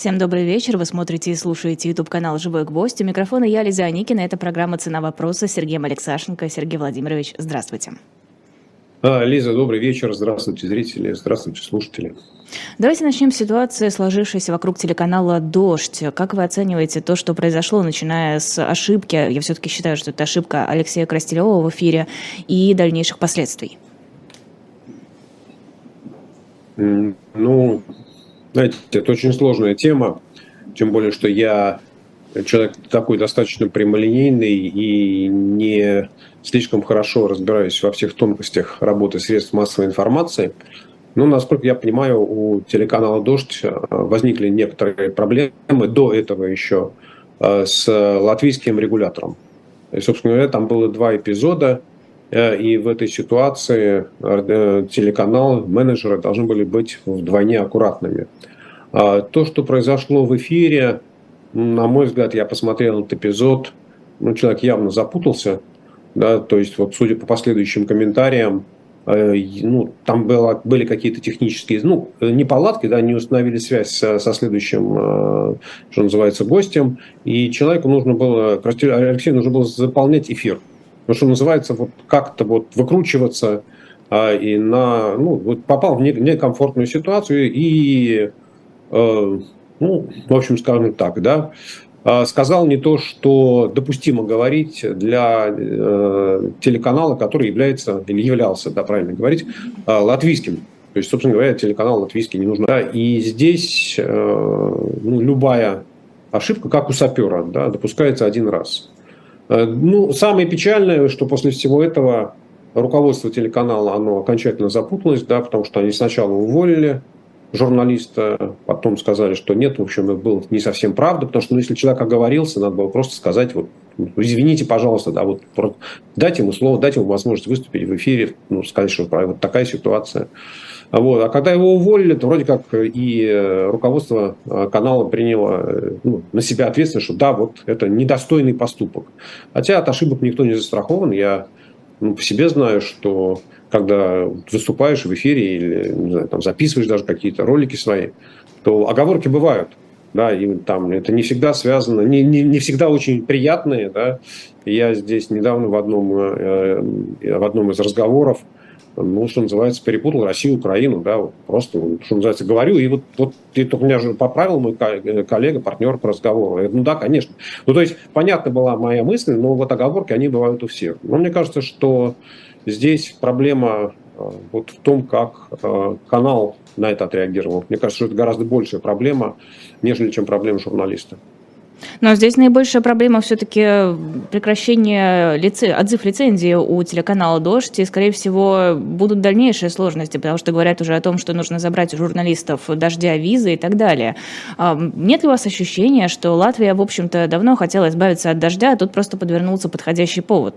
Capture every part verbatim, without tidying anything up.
Всем добрый вечер. Вы смотрите и слушаете YouTube-канал «Живой гвоздь». У микрофона я, Лиза Аникина. Это программа «Цена вопроса» с Сергеем Алексашенко. Сергей Владимирович, здравствуйте. А, Лиза, добрый вечер. Здравствуйте, зрители. Здравствуйте, слушатели. Давайте начнем с ситуации, сложившейся вокруг телеканала «Дождь». Как вы оцениваете то, что произошло, начиная с ошибки, я все-таки считаю, что это ошибка Алексея Крастелева в эфире, и дальнейших последствий? Ну, знаете, это очень сложная тема, тем более, что я человек такой достаточно прямолинейный и не слишком хорошо разбираюсь во всех тонкостях работы средств массовой информации. Но, насколько я понимаю, у телеканала «Дождь» возникли некоторые проблемы до этого еще с латвийским регулятором. И, собственно говоря, там было два эпизода, и в этой ситуации телеканал, менеджеры должны были быть вдвойне аккуратными. То, что произошло в эфире, на мой взгляд, я посмотрел этот эпизод, ну, человек явно запутался, да, то есть, вот, судя по последующим комментариям, ну, там было, были какие-то технические, ну, неполадки, да, не установили связь со, со следующим, что называется, гостем, и человеку нужно было, Алексею нужно было заполнять эфир. Ну, что называется, вот как-то вот выкручиваться а, и на, ну, вот попал в не, некомфортную ситуацию и, э, ну, в общем, скажем так, да, э, сказал не то, что допустимо говорить для э, телеканала, который является, или являлся, да, правильно говорить, э, латвийским. То есть, собственно говоря, телеканал латвийский не нужно. Да, и здесь э, ну, любая ошибка, как у сапера, да, допускается один раз. Ну, самое печальное, что после всего этого руководство телеканала, оно окончательно запуталось, да, потому что они сначала уволили журналиста, потом сказали, что нет, в общем, это было не совсем правда, потому что, ну, если человек оговорился, надо было просто сказать, вот, извините, пожалуйста, да, вот, дать ему слово, дать ему возможность выступить в эфире, ну, сказать, что вот такая ситуация. Вот. А когда его уволили, то вроде как и руководство канала приняло, ну, на себя ответственность, что да, вот это недостойный поступок. Хотя от ошибок никто не застрахован. Я, ну, по себе знаю, что когда выступаешь в эфире или, не знаю, там, записываешь даже какие-то ролики свои, то оговорки бывают. Да, и там это не всегда связано, не, не, не всегда очень приятные. Да. Я здесь недавно в одном, э, в одном из разговоров, ну, что называется, перепутал Россию, Украину, да, вот просто, что называется, говорю, и вот, вот ты только меня же поправил, мой коллега, партнер по разговору. Я говорю, ну да, конечно. Ну, то есть, понятна была моя мысль, но вот оговорки, они бывают у всех. Но мне кажется, что здесь проблема вот в том, как канал на это отреагировал. Мне кажется, что это гораздо большая проблема, нежели чем проблема журналиста. Но здесь наибольшая проблема все-таки прекращение лице... отзыв лицензии у телеканала «Дождь», и, скорее всего, будут дальнейшие сложности, потому что говорят уже о том, что нужно забрать у журналистов «Дождя» визы и так далее. Нет ли у вас ощущения, что Латвия, в общем-то, давно хотела избавиться от «Дождя», а тут просто подвернулся подходящий повод?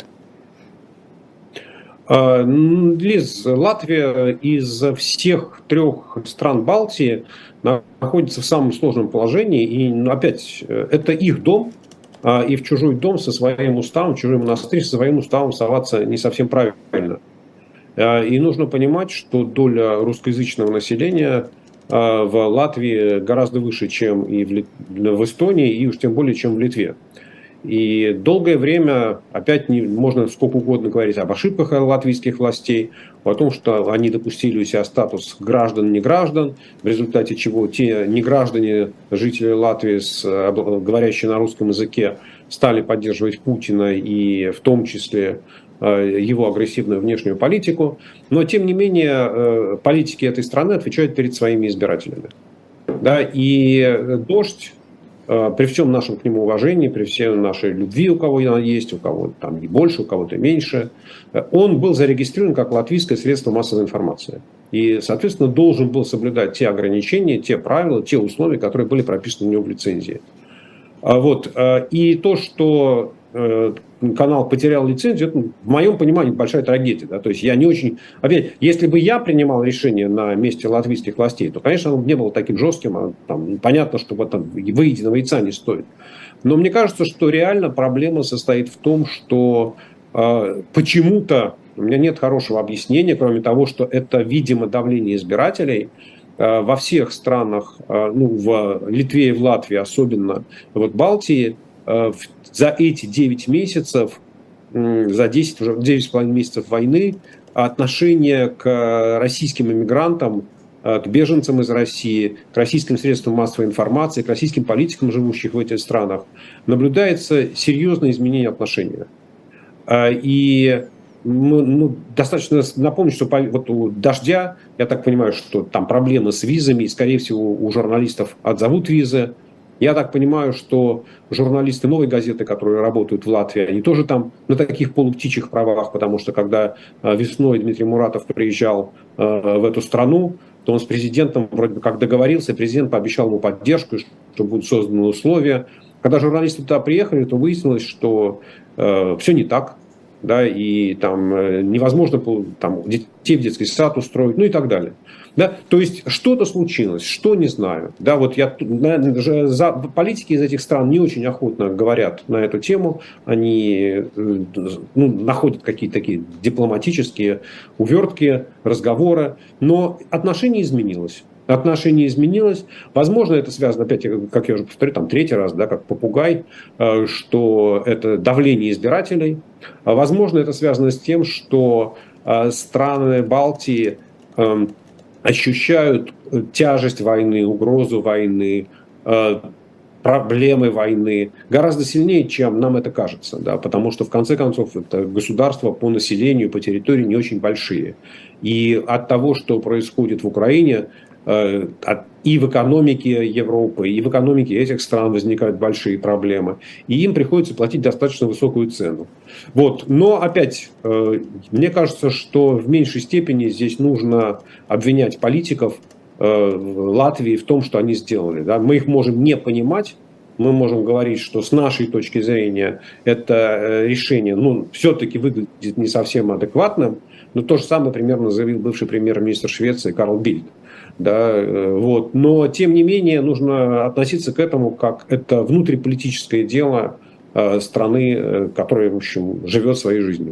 Лиз, Латвия из всех трех стран Балтии находится в самом сложном положении. И опять, это их дом, и в чужой дом со своим уставом, в чужой монастырь со своим уставом соваться не совсем правильно. И нужно понимать, что доля русскоязычного населения в Латвии гораздо выше, чем и в Эстонии, и уж тем более, чем в Литве. И долгое время, опять не, можно сколько угодно говорить об ошибках латвийских властей, о том, что они допустили у себя статус граждан-неграждан, в результате чего те неграждане, жители Латвии, с, говорящие на русском языке, стали поддерживать Путина и в том числе его агрессивную внешнюю политику. Но, тем не менее, политики этой страны отвечают перед своими избирателями. Да, и «Дождь», при всем нашем к нему уважении, при всей нашей любви, у кого она есть, у кого там не больше, у кого-то меньше, он был зарегистрирован как латвийское средство массовой информации. И, соответственно, должен был соблюдать те ограничения, те правила, те условия, которые были прописаны у него в лицензии. Вот. И то, что канал потерял лицензию, это, в моем понимании, большая трагедия. Да? То есть я не очень... Опять, если бы я принимал решение на месте латвийских властей, то, конечно, оно не было таким жестким. А, там, понятно, что вот, там, выеденного яйца не стоит. Но мне кажется, что реально проблема состоит в том, что э, почему-то у меня нет хорошего объяснения, кроме того, что это, видимо, давление избирателей. во всех странах, ну, в Литве и в Латвии особенно, вот Балтии, за эти девять месяцев, за десять, уже девять с половиной месяцев войны, отношение к российским иммигрантам, к беженцам из России, к российским средствам массовой информации, к российским политикам, живущих в этих странах, наблюдается серьезное изменение отношения. И ну, ну, достаточно напомнить, что вот у «Дождя», я так понимаю, что там проблемы с визами, и, скорее всего, у журналистов отзовут визы. Я так понимаю, что журналисты «Новой газеты», которые работают в Латвии, они тоже там на таких полуптичьих правах, потому что когда весной Дмитрий Муратов приезжал в эту страну, то он с президентом вроде бы как договорился, президент пообещал ему поддержку, что будут созданы условия. Когда журналисты туда приехали, то выяснилось, что э, все не так. Да, и там невозможно там, детей в детский сад устроить, ну и так далее. Да? То есть что-то случилось, что не знаю. Да, вот я, за, политики из этих стран не очень охотно говорят на эту тему, они ну, находят какие-то такие дипломатические увертки, разговоры, но отношение изменилось. Отношение изменилось. Возможно, это связано, опять, как я уже повторю, там третий раз, да, как попугай, что это давление избирателей. Возможно, это связано с тем, что страны Балтии ощущают тяжесть войны, угрозу войны, проблемы войны гораздо сильнее, чем нам это кажется. Да, потому что, в конце концов, это государства по населению, по территории не очень большие. И от того, что происходит в Украине, и в экономике Европы, и в экономике этих стран возникают большие проблемы. И им приходится платить достаточно высокую цену. Вот. Но опять, мне кажется, что в меньшей степени здесь нужно обвинять политиков Латвии в том, что они сделали. Да? Мы их можем не понимать. Мы можем говорить, что с нашей точки зрения это решение ну, все-таки выглядит не совсем адекватным. Но то же самое примерно заявил бывший премьер-министр Швеции Карл Бильд. Да, вот. Но, тем не менее, нужно относиться к этому как это внутриполитическое дело страны, которая, в общем, живет своей жизнью.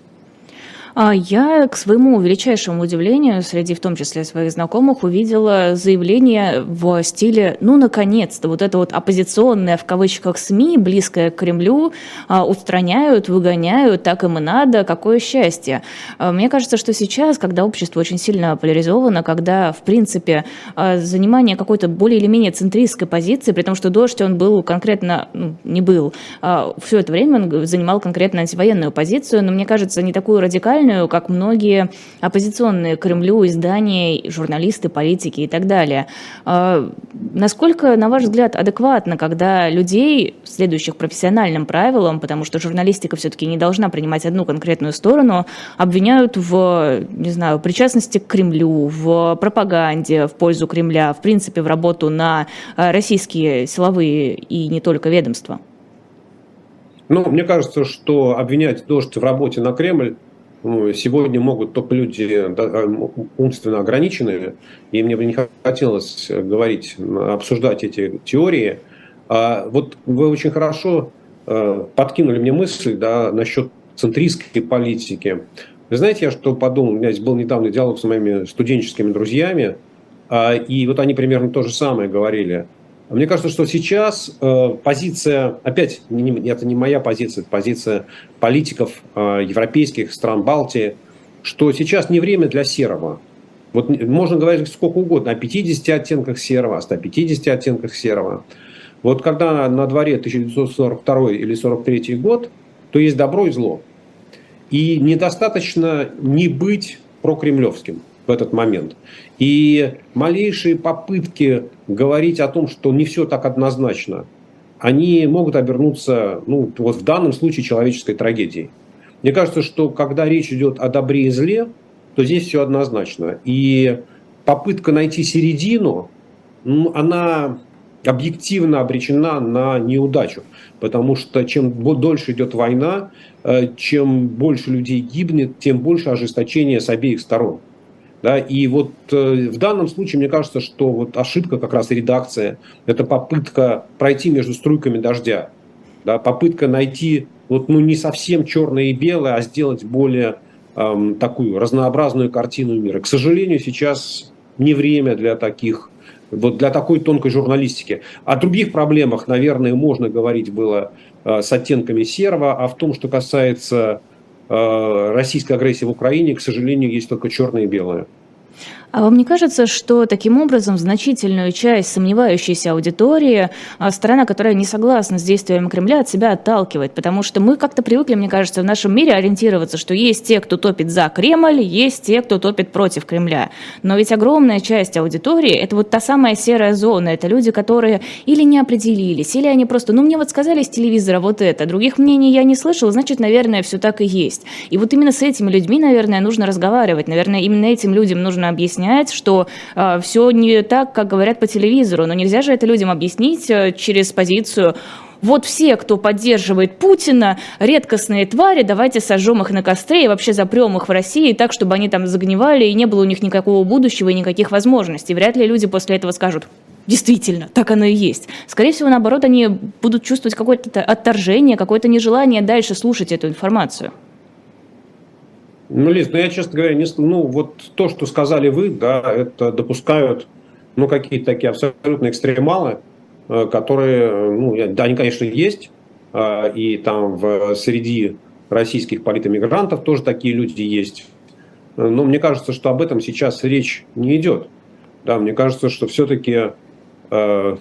Я, к своему величайшему удивлению, среди в том числе своих знакомых, увидела заявление в стиле «ну, наконец-то, вот это вот оппозиционное, в кавычках, СМИ, близкое к Кремлю, устраняют, выгоняют, так им и надо, какое счастье». Мне кажется, что сейчас, когда общество очень сильно поляризовано, когда, в принципе, занимание какой-то более или менее центристской позиции, при том, что «Дождь», он был конкретно, ну, не был, все это время он занимал конкретно антивоенную позицию, но, мне кажется, не такую радикальную, как многие оппозиционные Кремлю издания, журналисты, политики и так далее. Насколько, на ваш взгляд, адекватно, когда людей, следующих профессиональным правилам, потому что журналистика все-таки не должна принимать одну конкретную сторону, обвиняют в, не знаю, причастности к Кремлю, в пропаганде в пользу Кремля, в принципе, в работу на российские силовые и не только ведомства? Ну, мне кажется, что обвинять «Дождь» в работе на Кремль сегодня могут только люди умственно ограниченные, и мне бы не хотелось говорить, обсуждать эти теории. А вот вы очень хорошо подкинули мне мысль, да, насчет центристской политики. Вы знаете, я что подумал, у меня здесь был недавний диалог с моими студенческими друзьями, и вот они примерно то же самое говорили. Мне кажется, что сейчас э, позиция, опять, не, это не моя позиция, это позиция политиков э, европейских стран Балтии, что сейчас не время для серого. Вот можно говорить сколько угодно о пятидесяти оттенках серого, о ста пятидесяти оттенках серого. Вот когда на дворе тысяча девятьсот сорок второй или сорок третий год, то есть добро и зло. И недостаточно не быть прокремлевским в этот момент. И малейшие попытки говорить о том, что не все так однозначно, они могут обернуться, ну, вот в данном случае, человеческой трагедией. Мне кажется, что когда речь идет о добре и зле, то здесь все однозначно. И попытка найти середину, ну, она объективно обречена на неудачу. Потому что чем дольше идет война, чем больше людей гибнет, тем больше ожесточения с обеих сторон. Да, и вот э, в данном случае, мне кажется, что вот ошибка как раз редакции – это попытка пройти между струйками дождя. Да, попытка найти вот, ну, не совсем черное и белое, а сделать более эм, такую разнообразную картину мира. К сожалению, сейчас не время для таких, вот для такой тонкой журналистики. О других проблемах, наверное, можно говорить было э, с оттенками серого, а в том, что касается э, российской агрессии в Украине, к сожалению, есть только черное и белое. А вам не кажется, что таким образом значительную часть сомневающейся аудитории сторона, которая не согласна с действиями Кремля, от себя отталкивает? Потому что мы как-то привыкли, мне кажется, в нашем мире ориентироваться, что есть те, кто топит за Кремль, есть те, кто топит против Кремля. Но ведь огромная часть аудитории – это вот та самая серая зона. Это люди, которые или не определились, или они просто, ну, мне вот сказали с телевизора вот это, других мнений я не слышал, значит, наверное, все так и есть. И вот именно с этими людьми, наверное, нужно разговаривать. Наверное, именно этим людям нужно объяснять, что э, все не так, как говорят по телевизору. Но нельзя же это людям объяснить э, через позицию: вот все, кто поддерживает Путина, редкостные твари, давайте сожжем их на костре и вообще запрем их в России так, чтобы они там загнивали и не было у них никакого будущего и никаких возможностей. Вряд ли люди после этого скажут: действительно, так оно и есть. Скорее всего, наоборот, они будут чувствовать какое-то отторжение, какое-то нежелание дальше слушать эту информацию. Ну, Лиз, ну я, честно говоря, не, ну вот то, что сказали вы, да, это допускают, ну, какие-то такие абсолютно экстремалы, которые, ну, да, они, конечно, есть, и там в, среди российских политэмигрантов тоже такие люди есть. Но мне кажется, что об этом сейчас речь не идет. Да, мне кажется, что все-таки э,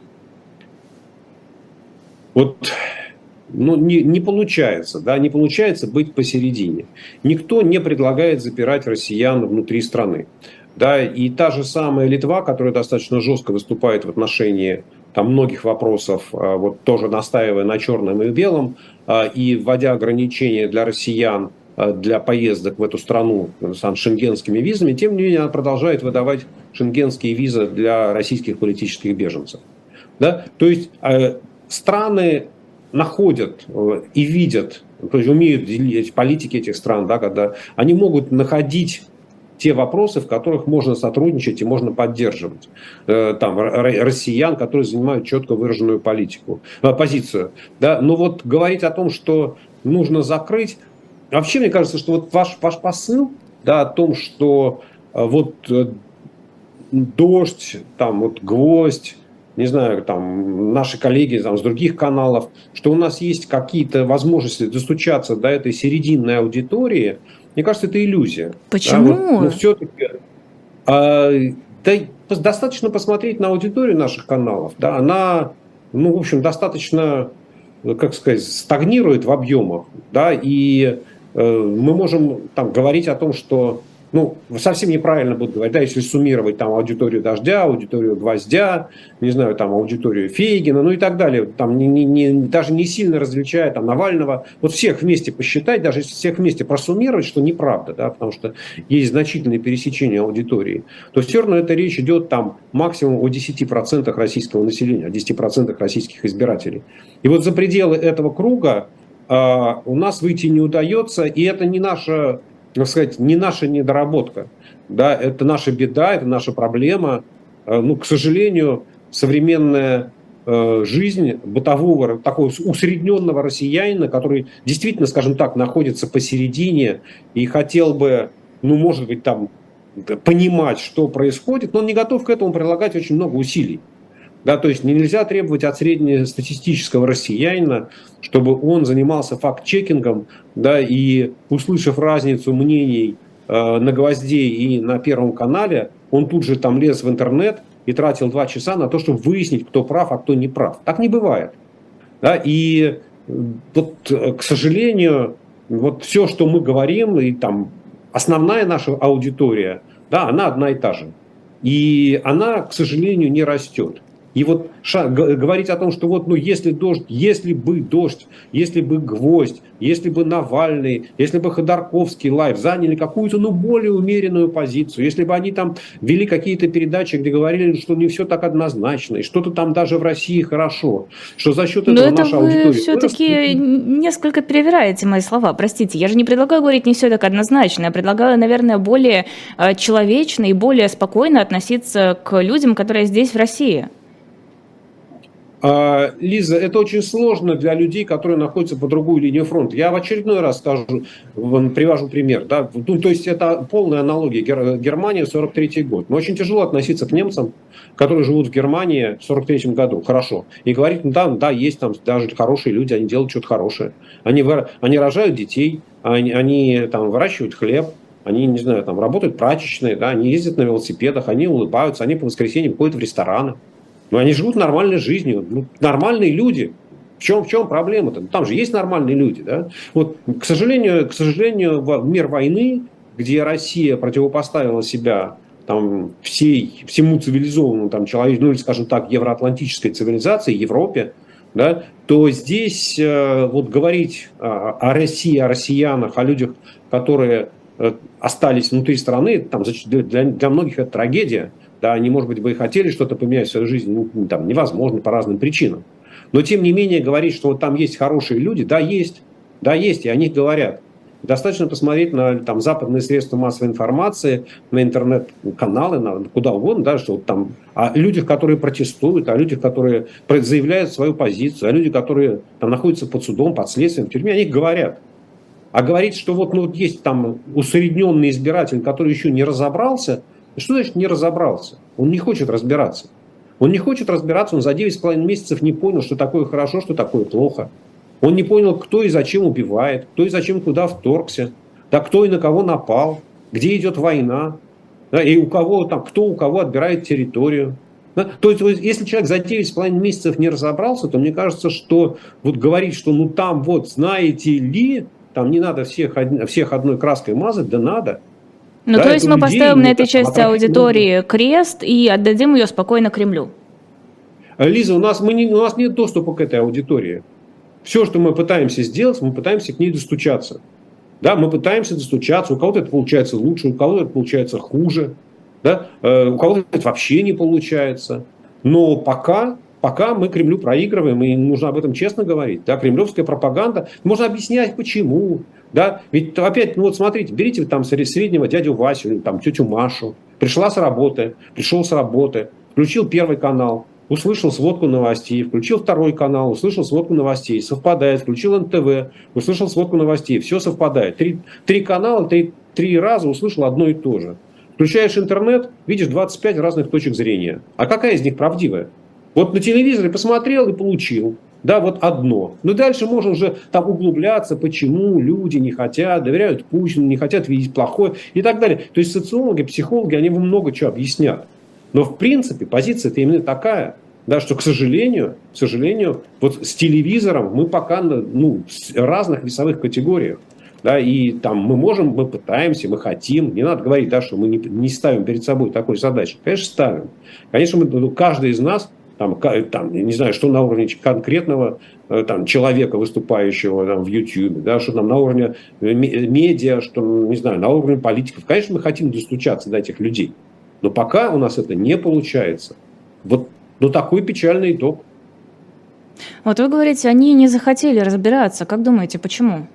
вот... Ну, не, не получается, да, не получается быть посередине. Никто не предлагает запирать россиян внутри страны. Да, и та же самая Литва, которая достаточно жестко выступает в отношении там многих вопросов, вот тоже настаивая на черном и белом, и вводя ограничения для россиян для поездок в эту страну с шенгенскими визами, тем не менее она продолжает выдавать шенгенские визы для российских политических беженцев. Да? То есть страны находят и видят, то есть умеют делить политики этих стран, да, когда они могут находить те вопросы, в которых можно сотрудничать и можно поддерживать э, там, россиян, которые занимают четко выраженную политику, э, позицию. Да? Но вот говорить о том, что нужно закрыть, вообще мне кажется, что вот ваш, ваш посыл, да, о том, что э, вот э, дождь, там, вот гвоздь, не знаю, там, наши коллеги там, с других каналов, что у нас есть какие-то возможности достучаться до этой серединной аудитории, мне кажется, это иллюзия. Почему? Да, вот, ну, все-таки, а, да, достаточно посмотреть на аудиторию наших каналов. Да, она, ну, в общем, достаточно, как сказать, стагнирует в объемах. Да, и э, мы можем там говорить о том, что ну, совсем неправильно будет говорить, да, если суммировать там аудиторию «Дождя», аудиторию «Гвоздя», не знаю, там аудиторию Фейгина, ну и так далее, там не, не, не, даже не сильно различая там Навального, вот всех вместе посчитать, даже если всех вместе просуммировать, что неправда, да, потому что есть значительное пересечение аудитории, то все равно эта речь идет там максимум о десяти процентах российского населения, о десяти процентах российских избирателей. И вот за пределы этого круга э, у нас выйти не удается, и это не наша... так сказать, не наша недоработка, да, это наша беда, это наша проблема. Ну, к сожалению, современная э, жизнь бытового, такого усредненного россиянина, который действительно, скажем так, находится посередине и хотел бы, ну, может быть, там, понимать, что происходит, но он не готов к этому прилагать очень много усилий. Да, то есть нельзя требовать от среднестатистического россиянина, чтобы он занимался факт-чекингом, да, и, услышав разницу мнений э, на «Гвозде» и на Первом канале, он тут же там лез в интернет и тратил два часа на то, чтобы выяснить, кто прав, а кто не прав. Так не бывает. Да, и вот, к сожалению, вот все, что мы говорим, и там основная наша аудитория, да, она одна и та же. И она, к сожалению, не растет. И вот ша- говорить о том, что вот, ну, если дождь, если бы дождь, если бы Гвоздь, если бы Навальный, если бы Ходорковский, Лайв заняли какую-то, ну, более умеренную позицию, если бы они там вели какие-то передачи, где говорили, что не все так однозначно, и что-то там даже в России хорошо, что за счет этого Но наша это вы аудитория... все-таки несколько перевираете мои слова, простите. Я же не предлагаю говорить не все так однозначно, я предлагаю, наверное, более человечно и более спокойно относиться к людям, которые здесь, в России. Лиза, это очень сложно для людей, которые находятся по другую линию фронта. Я в очередной раз скажу, привожу пример. Да? Ну, то есть это полная аналогия. Германия, сорок третий год. Но очень тяжело относиться к немцам, которые живут в Германии в сорок третьем году. Хорошо. И говорить, ну да, да, есть там даже хорошие люди, они делают что-то хорошее. Они, они рожают детей, они, они там выращивают хлеб. Они, не знаю, там работают прачечные, да, они ездят на велосипедах, они улыбаются, они по воскресеньям ходят в рестораны. Но они живут нормальной жизнью. Ну, нормальные люди. В чем, в чем проблема-то? Там же есть нормальные люди. Да? Вот, к сожалению, к сожалению, в мир войны, где Россия противопоставила себя там, всей, всему цивилизованному там, человеку, ну или, скажем так, евроатлантической цивилизации, Европе, да, то здесь э, вот говорить э, о России, о россиянах, о людях, которые э, остались внутри страны, там, для, для многих это трагедия. Да, они, может быть, бы и хотели что-то поменять в своей жизни, ну, там, невозможно по разным причинам. Но, тем не менее, говорить, что вот там есть хорошие люди, да, есть. Да, есть, и о них говорят. Достаточно посмотреть на там, западные средства массовой информации, на интернет-каналы, на куда угодно, да, что вот там о людях, которые протестуют, о людях, которые заявляют свою позицию, о людях, которые там, находятся под судом, под следствием, в тюрьме, о них говорят. А говорить, что вот, ну, вот есть там усредненный избиратель, который еще не разобрался. Что значит не разобрался? Он не хочет разбираться. Он не хочет разбираться, он за девять с половиной месяцев не понял, что такое хорошо, что такое плохо. Он не понял, кто и зачем убивает, кто и зачем куда вторгся, да кто и на кого напал, где идет война, да, и у кого там, кто у кого отбирает территорию. Да. То есть, если человек за девять с половиной месяцев не разобрался, то мне кажется, что вот говорить, что ну там вот знаете ли, там не надо всех, всех одной краской мазать, да надо. Ну, да, то есть мы людей, поставим на этой части а аудитории крест и отдадим ее спокойно Кремлю. Лиза, у нас, мы не, у нас нет доступа к этой аудитории. Все, что мы пытаемся сделать, мы пытаемся к ней достучаться. Да, мы пытаемся достучаться. У кого-то это получается лучше, у кого-то это получается хуже. Да? У кого-то это вообще не получается. Но пока, пока мы Кремлю проигрываем, и нужно об этом честно говорить. Да? Кремлевская пропаганда. Можно объяснять, почему. Да? Ведь опять, ну вот смотрите, берите там среднего дядю Васю или там тетю Машу. Пришла с работы, пришел с работы, включил первый канал, услышал сводку новостей, включил второй канал, услышал сводку новостей, совпадает, включил эн тэ вэ, услышал сводку новостей, все совпадает. Три, три канала, три, три раза услышал одно и то же. Включаешь интернет, видишь двадцать пять разных точек зрения. А какая из них правдивая? Вот на телевизоре посмотрел и получил. Да, вот одно. Но дальше можно уже там углубляться, почему люди не хотят, доверяют Путину, не хотят видеть плохое и так далее. То есть социологи, психологи, они вам много чего объяснят. Но в принципе позиция-то именно такая, да, что, к сожалению, к сожалению, вот с телевизором мы пока ну, в разных весовых категориях. Да, и там мы можем, мы пытаемся, мы хотим. Не надо говорить, да, что мы не, не ставим перед собой такой задачи. Конечно, ставим. Конечно, мы, каждый из нас Там, там, не знаю, что на уровне конкретного там, человека, выступающего там, в Ютьюбе, да, что там на уровне медиа, что, не знаю, на уровне политиков. Конечно, мы хотим достучаться до этих людей. Но пока у нас это не получается. Вот ну, такой печальный итог. Вот вы говорите, они не захотели разбираться. Как думаете, почему?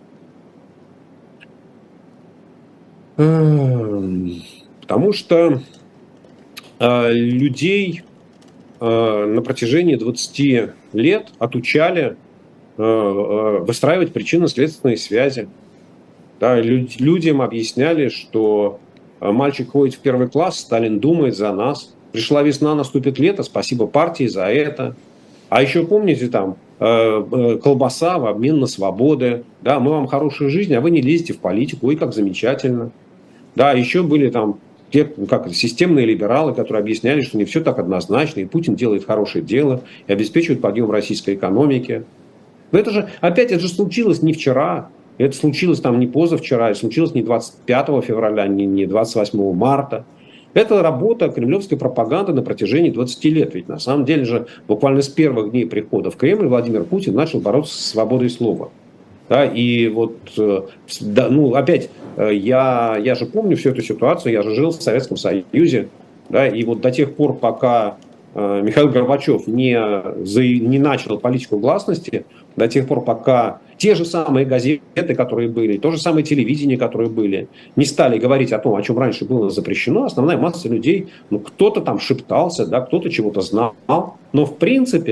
Потому что э, людей на протяжении двадцати лет отучали выстраивать причинно-следственные связи. Да, людям объясняли, что мальчик ходит в первый класс, Сталин думает за нас. Пришла весна, наступит лето, спасибо партии за это. А еще помните, там, колбаса в обмен на свободы. Да, мы вам хорошую жизнь, а вы не лезете в политику. Ой, как замечательно. Да, еще были там те, как системные либералы, которые объясняли, что не все так однозначно, и Путин делает хорошее дело, и обеспечивает подъем российской экономики. Но это же, опять, это же случилось не вчера, это случилось там не позавчера, это случилось не двадцать пятого февраля, не, не двадцать восьмого марта. Это работа кремлевской пропаганды на протяжении двадцати лет. Ведь на самом деле же буквально с первых дней прихода в Кремль Владимир Путин начал бороться со свободой слова. Да, и вот, да, ну, опять, я, я же помню всю эту ситуацию, я же жил в Советском Союзе, да, и вот до тех пор, пока Михаил Горбачев не, не начал политику гласности, до тех пор, пока те же самые газеты, которые были, то же самое телевидение, которые были, не стали говорить о том, о чем раньше было запрещено, основная масса людей, ну, кто-то там шептался, да, кто-то чего-то знал, но в принципе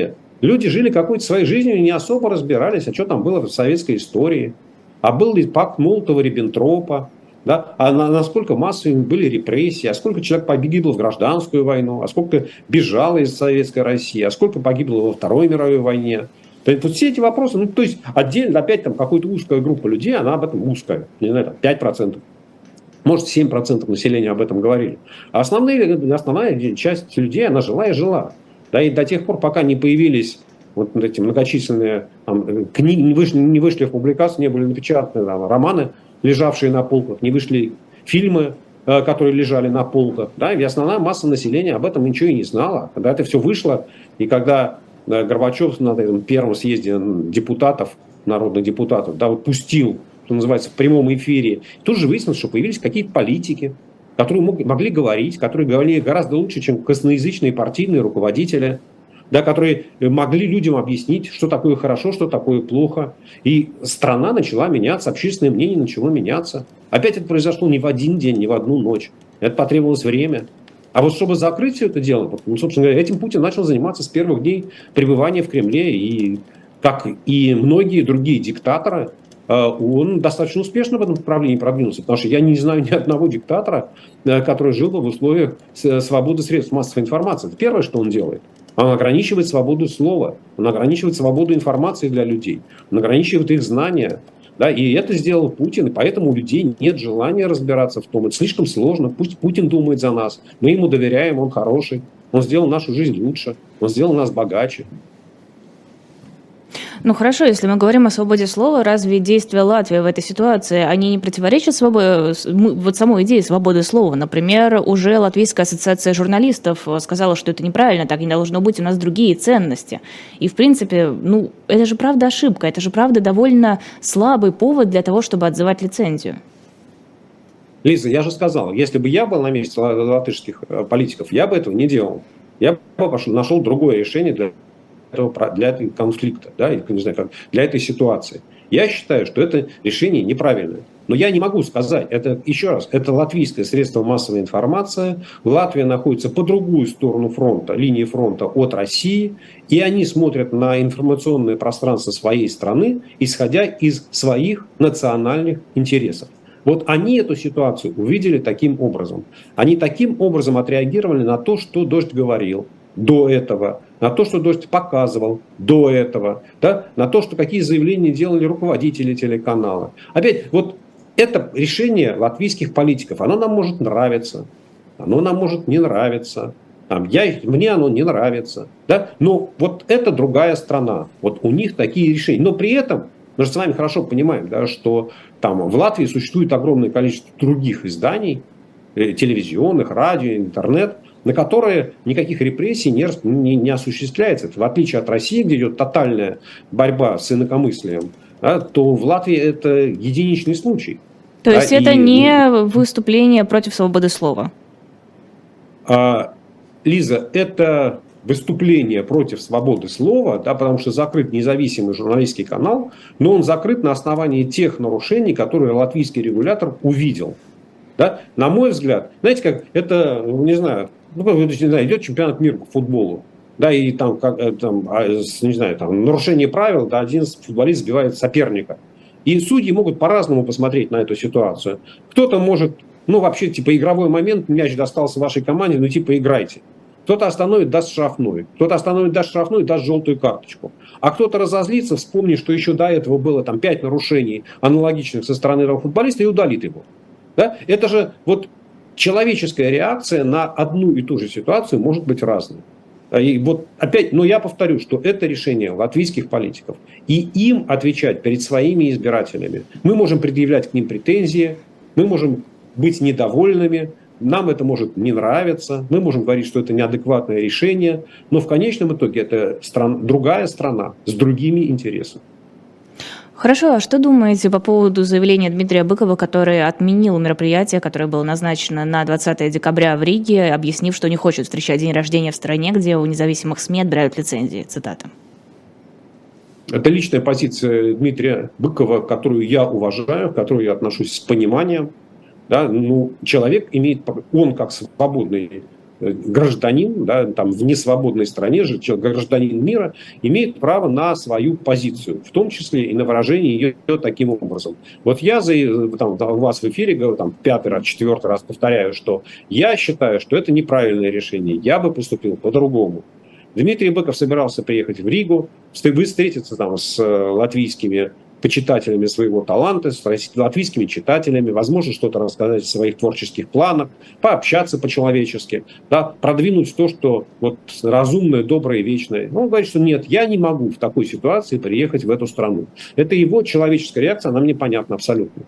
Люди жили какой-то своей жизнью и не особо разбирались, а что там было в советской истории. А был ли пакт Молотова-Риббентропа, да? А на, насколько массовыми были репрессии, а сколько человек погибло в гражданскую войну, а сколько бежало из Советской России, а сколько погибло во Второй мировой войне. То есть, вот все эти вопросы, ну, то есть отдельно опять там какая-то узкая группа людей, она об этом узкая, не знаю, там, пять процентов. Может, семь процентов населения об этом говорили. А основные, основная часть людей, она жила и жила. Да, и до тех пор, пока не появились вот эти многочисленные там, книги, не вышли, не вышли в публикации, не были напечатаны там, романы, лежавшие на полках, не вышли фильмы, которые лежали на полках. Да, и основная масса населения об этом ничего и не знала. Когда это все вышло, и когда Горбачев на этом первом съезде депутатов, народных депутатов, да, вот пустил, что называется, в прямом эфире, тут же выяснилось, что появились какие-то политики, которые могли говорить, которые говорили гораздо лучше, чем косноязычные партийные руководители, да, которые могли людям объяснить, что такое хорошо, что такое плохо. И страна начала меняться, общественное мнение начало меняться. Опять это произошло не в один день, не в одну ночь. Это потребовалось время. А вот чтобы закрыть все это дело, ну, собственно говоря, этим Путин начал заниматься с первых дней пребывания в Кремле. И как и многие другие диктаторы, он достаточно успешно в этом направлении продвинулся. Потому что я не знаю ни одного диктатора, который жил бы в условиях свободы средств массовой информации. Это первое, что он делает. Он ограничивает свободу слова, он ограничивает свободу информации для людей, он ограничивает их знания. Да, и это сделал Путин, и поэтому у людей нет желания разбираться в том. Это слишком сложно. Пусть Путин думает за нас. Мы ему доверяем, он хороший. Он сделал нашу жизнь лучше, он сделал нас богаче. Ну хорошо, если мы говорим о свободе слова, разве действия Латвии в этой ситуации, они не противоречат свободе, вот самой идее свободы слова? Например, уже Латвийская ассоциация журналистов сказала, что это неправильно, так не должно быть, у нас другие ценности. И в принципе, ну это же правда ошибка, это же правда довольно слабый повод для того, чтобы отзывать лицензию. Лиза, я же сказал, если бы я был на месте латышских политиков, я бы этого не делал. Я бы пошел, нашел другое решение для для этого конфликта, да, или, не знаю, как, для этой ситуации. Я считаю, что это решение неправильное. Но я не могу сказать, это, еще раз, это латвийское средство массовой информации. Латвия находится по другую сторону фронта, линии фронта от России, и они смотрят на информационное пространство своей страны, исходя из своих национальных интересов. Вот они эту ситуацию увидели таким образом. Они таким образом отреагировали на то, что Дождь говорил до этого, на то, что Дождь показывал до этого, да, на то, что какие заявления делали руководители телеканала. Опять, вот это решение латвийских политиков, оно нам может нравиться, оно нам может не нравиться, там, я, мне оно не нравится, да, но вот это другая страна, вот у них такие решения, но при этом мы же с вами хорошо понимаем, да, что там в Латвии существует огромное количество других изданий, телевизионных, радио, интернет, на которые никаких репрессий не, не, не осуществляется. В отличие от России, где идет тотальная борьба с инакомыслием, да, то в Латвии это единичный случай. То есть да, это и, не выступление против свободы слова? А, Лиза, это выступление против свободы слова, да, потому что закрыт независимый журналистский канал, но он закрыт на основании тех нарушений, которые латвийский регулятор увидел. Да? На мой взгляд, знаете, как это, не знаю, ну, не знаю, идет чемпионат мира по футболу, да, и там, как, там не знаю, там нарушение правил, да, один футболист сбивает соперника. И судьи могут по-разному посмотреть на эту ситуацию. Кто-то может, ну, вообще, типа, игровой момент, мяч достался вашей команде, ну, типа, играйте. Кто-то остановит, даст штрафную. Кто-то остановит, даст штрафную, даст желтую карточку. А кто-то разозлится, вспомнит, что еще до этого было там пять нарушений аналогичных со стороны этого футболиста и удалит его. Да? Это же вот человеческая реакция на одну и ту же ситуацию может быть разной. И вот опять, но я повторю, что это решение латвийских политиков. И им отвечать перед своими избирателями. Мы можем предъявлять к ним претензии, мы можем быть недовольными, нам это может не нравиться, мы можем говорить, что это неадекватное решение, но в конечном итоге это стран, другая страна с другими интересами. Хорошо, а что думаете по поводу заявления Дмитрия Быкова, который отменил мероприятие, которое было назначено на двадцатое декабря в Риге, объяснив, что не хочет встречать день рождения в стране, где у независимых СМИ отбирают лицензии? Цитата. Это личная позиция Дмитрия Быкова, которую я уважаю, к которой я отношусь с пониманием. Да? Ну, человек имеет, он как свободный гражданин, да, там, в несвободной стране, гражданин мира, имеет право на свою позицию, в том числе и на выражение ее таким образом. Вот я за, там, у вас в эфире говорю, там, пятый раз, четвертый раз повторяю, что я считаю, что это неправильное решение, я бы поступил по-другому. Дмитрий Быков собирался приехать в Ригу, встретиться там с латвийскими почитателями своего таланта, с латвийскими читателями, возможно, что-то рассказать о своих творческих планах, пообщаться по-человечески, да, продвинуть то, что вот разумное, доброе, вечное. Он говорит, что нет, я не могу в такой ситуации приехать в эту страну. Это его человеческая реакция, она мне понятна абсолютно.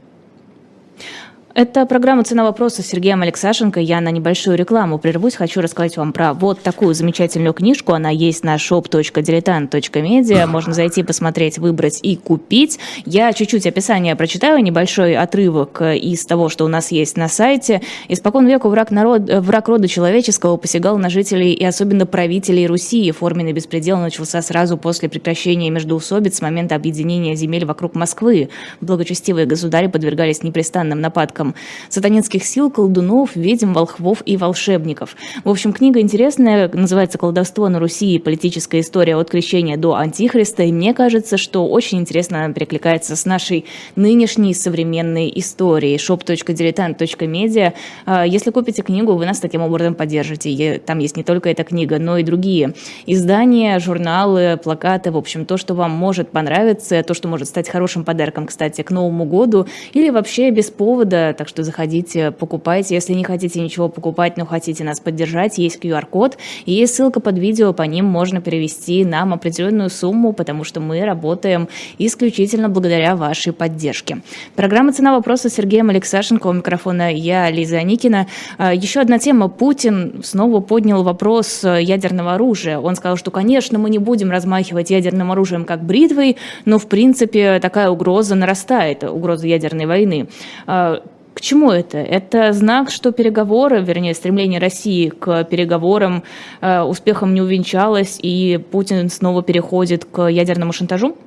Это программа «Цена вопроса» с Сергеем Алексашенко. Я на небольшую рекламу прервусь. Хочу рассказать вам про вот такую замечательную книжку. Она есть на shop точка diletant точка media. Можно зайти, посмотреть, выбрать и купить. Я чуть-чуть описание прочитаю, небольшой отрывок из того, что у нас есть на сайте. Испокон веку враг, народ, враг рода человеческого посягал на жителей и особенно правителей Руси. Форменный беспредел начался сразу после прекращения междоусобиц с момента объединения земель вокруг Москвы. Благочестивые государи подвергались непрестанным нападкам сатанинских сил, колдунов, ведьм, волхвов и волшебников. В общем, книга интересная, называется «Колдовство на Руси. Политическая история от крещения до антихриста». И мне кажется, что очень интересно перекликается с нашей нынешней современной историей. shop точка diletant точка media. Если купите книгу, вы нас таким образом поддержите. Там есть не только эта книга, но и другие издания, журналы, плакаты. В общем, то, что вам может понравиться, то, что может стать хорошим подарком, кстати, к Новому году или вообще без повода. Так что заходите, покупайте. Если не хотите ничего покупать, но хотите нас поддержать, есть ку ар код и есть ссылка под видео, по ним можно перевести нам определенную сумму, потому что мы работаем исключительно благодаря вашей поддержке. Программа «Цена вопроса» с Сергеем Алексашенко. У микрофона я, Лиза Аникина. Еще одна тема. Путин снова поднял вопрос ядерного оружия. Он сказал, что, конечно, мы не будем размахивать ядерным оружием как бритвой, но, в принципе, такая угроза нарастает, угроза ядерной войны. К чему это? Это знак, что переговоры, вернее, стремление России к переговорам э, успехом не увенчалось, и Путин снова переходит к ядерному шантажу?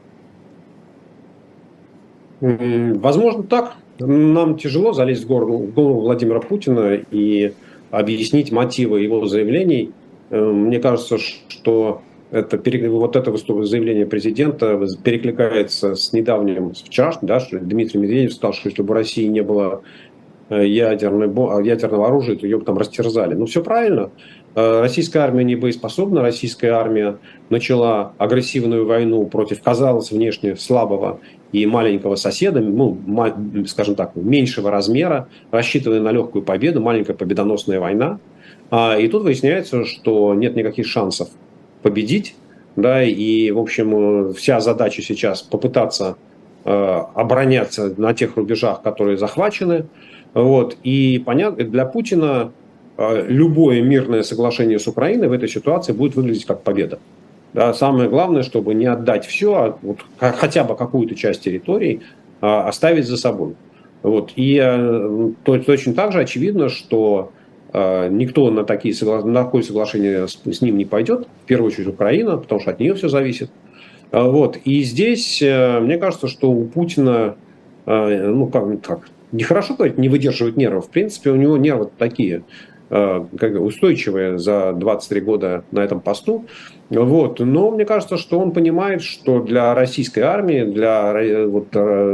Возможно, так. Нам тяжело залезть в голову, в голову Владимира Путина и объяснить мотивы его заявлений. Мне кажется, что это, вот это заявление президента перекликается с недавним, с вчерашним, да, что Дмитрий Медведев сказал, что если бы у России не было ядерного, ядерного оружия, то ее бы там растерзали. Ну, все правильно. Российская армия не боеспособна, российская армия начала агрессивную войну против, казалось, внешне слабого и маленького соседа, ну, скажем так, меньшего размера, рассчитывая на легкую победу, маленькая победоносная война. И тут выясняется, что нет никаких шансов победить, да, и, в общем, вся задача сейчас попытаться э, обороняться на тех рубежах, которые захвачены, вот, и понятно, для Путина э, любое мирное соглашение с Украиной в этой ситуации будет выглядеть как победа. Да, самое главное, чтобы не отдать все, а вот, хотя бы какую-то часть территории э, оставить за собой. Вот, и э, то, точно так же очевидно, что никто на, такие, на такое соглашение с, с ним не пойдет, в первую очередь Украина, потому что от нее все зависит. Вот. И здесь, мне кажется, что у Путина, ну как, как нехорошо говорить, не выдерживает нервов. В принципе, у него нервы такие, как устойчивые за двадцать три года на этом посту. Вот. Но мне кажется, что он понимает, что для российской армии, для, вот,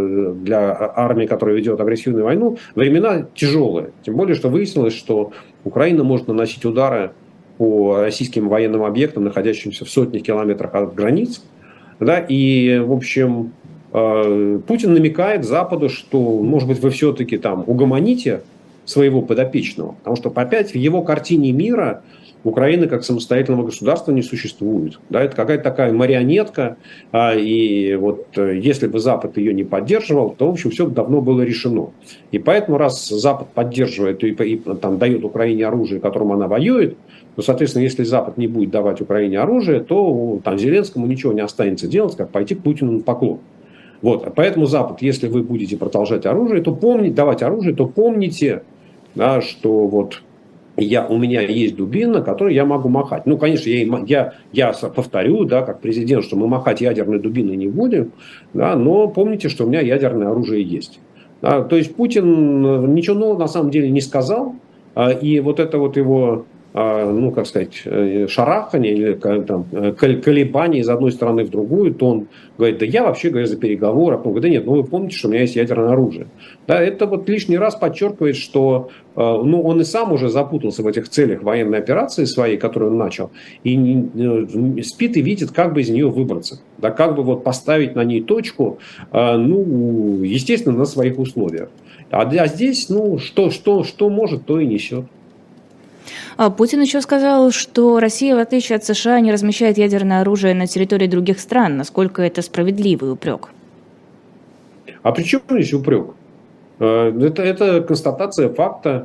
для армии, которая ведет агрессивную войну, времена тяжелые. Тем более, что выяснилось, что Украина может наносить удары по российским военным объектам, находящимся в сотнях километрах от границ. Да, и, в общем, Путин намекает Западу, что, может быть, вы все-таки там угомоните своего подопечного, потому что опять в его картине мира Украины как самостоятельного государства не существует. Да, это какая-то такая марионетка, а, и вот если бы Запад ее не поддерживал, то, в общем, все давно было решено. И поэтому, раз Запад поддерживает и, и там, дает Украине оружие, которым она воюет, то, соответственно, если Запад не будет давать Украине оружие, то там Зеленскому ничего не останется делать, как пойти к Путину на поклон. Вот. Поэтому Запад, если вы будете продолжать оружие, то помните, давать оружие, то помните, да, что вот я, у меня есть дубина, которой я могу махать. Ну, конечно, я, я, я повторю, да, как президент, что мы махать ядерной дубиной не будем, да, но помните, что у меня ядерное оружие есть. Да, то есть Путин ничего нового на самом деле не сказал, и вот это вот его ну, как сказать, шарахания или там, колебаний из одной стороны в другую, то он говорит, да я вообще говорю за переговоры. Он говорит, да нет, ну вы помните, что у меня есть ядерное оружие. Да, это вот лишний раз подчеркивает, что ну, он и сам уже запутался в этих целях военной операции своей, которую он начал, и спит и видит, как бы из нее выбраться. Да, как бы вот поставить на ней точку, ну, естественно, на своих условиях. А здесь, ну, что, что, что может, то и несет. Путин еще сказал, что Россия, в отличие от США, не размещает ядерное оружие на территории других стран. Насколько это справедливый упрек? А при чем здесь упрек? Это, это констатация факта.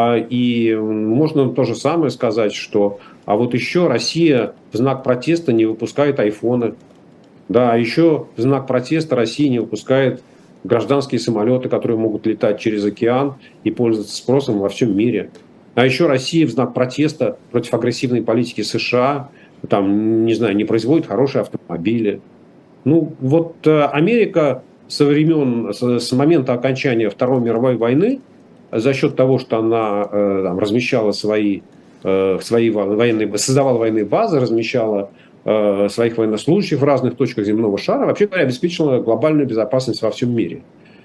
И можно то же самое сказать, что а вот еще Россия в знак протеста не выпускает айфоны. Да, а еще в знак протеста Россия не выпускает гражданские самолеты, которые могут летать через океан и пользоваться спросом во всем мире. А еще Россия в знак протеста против агрессивной политики США, там, не знаю, не производит хорошие автомобили. Ну, вот Америка со времен, с момента окончания Второй мировой войны, за счет того, что она там, размещала свои, свои военные, создавала военные базы, размещала своих военнослужащих в разных точках земного шара, вообще говоря, обеспечила глобальную безопасность во всем мире.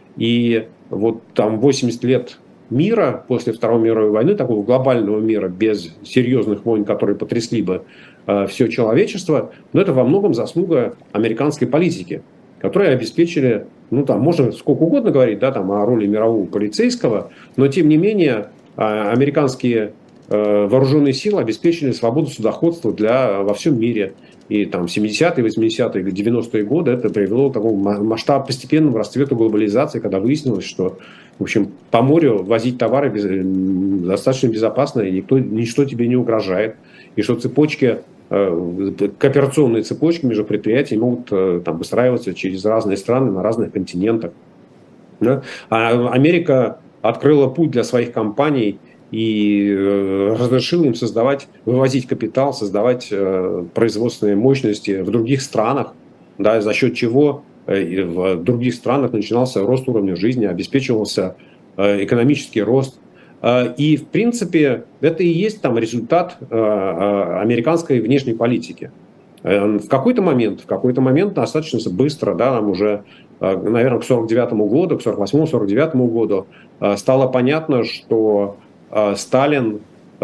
И вот там восемьдесят лет мира после Второй мировой войны, такого глобального мира без серьезных войн, которые потрясли бы э, все человечество, но это во многом заслуга американской политики, которые обеспечили, ну там можно сколько угодно говорить, да, там о роли мирового полицейского, но тем не менее э, американские э, вооруженные силы обеспечили свободу судоходства для, во всем мире. И там семидесятые, восьмидесятые, девяностые годы это привело к такому масштабу постепенному расцвету глобализации, когда выяснилось, что в общем, по морю возить товары без, достаточно безопасно, и никто, ничто тебе не угрожает. И что цепочки, э, кооперационные цепочки между предприятиями могут э, там, выстраиваться через разные страны на разных континентах. Да? А Америка открыла путь для своих компаний и э, разрешила им создавать, вывозить капитал, создавать э, производственные мощности в других странах, да, за счет чего и в других странах начинался рост уровня жизни, обеспечивался экономический рост. И, в принципе, это и есть там результат американской внешней политики. В какой-то момент, в какой-то момент достаточно быстро, да, нам уже, наверное, к сорок девятому году, к сорок восьмому — сорок девятому году стало понятно, что Сталин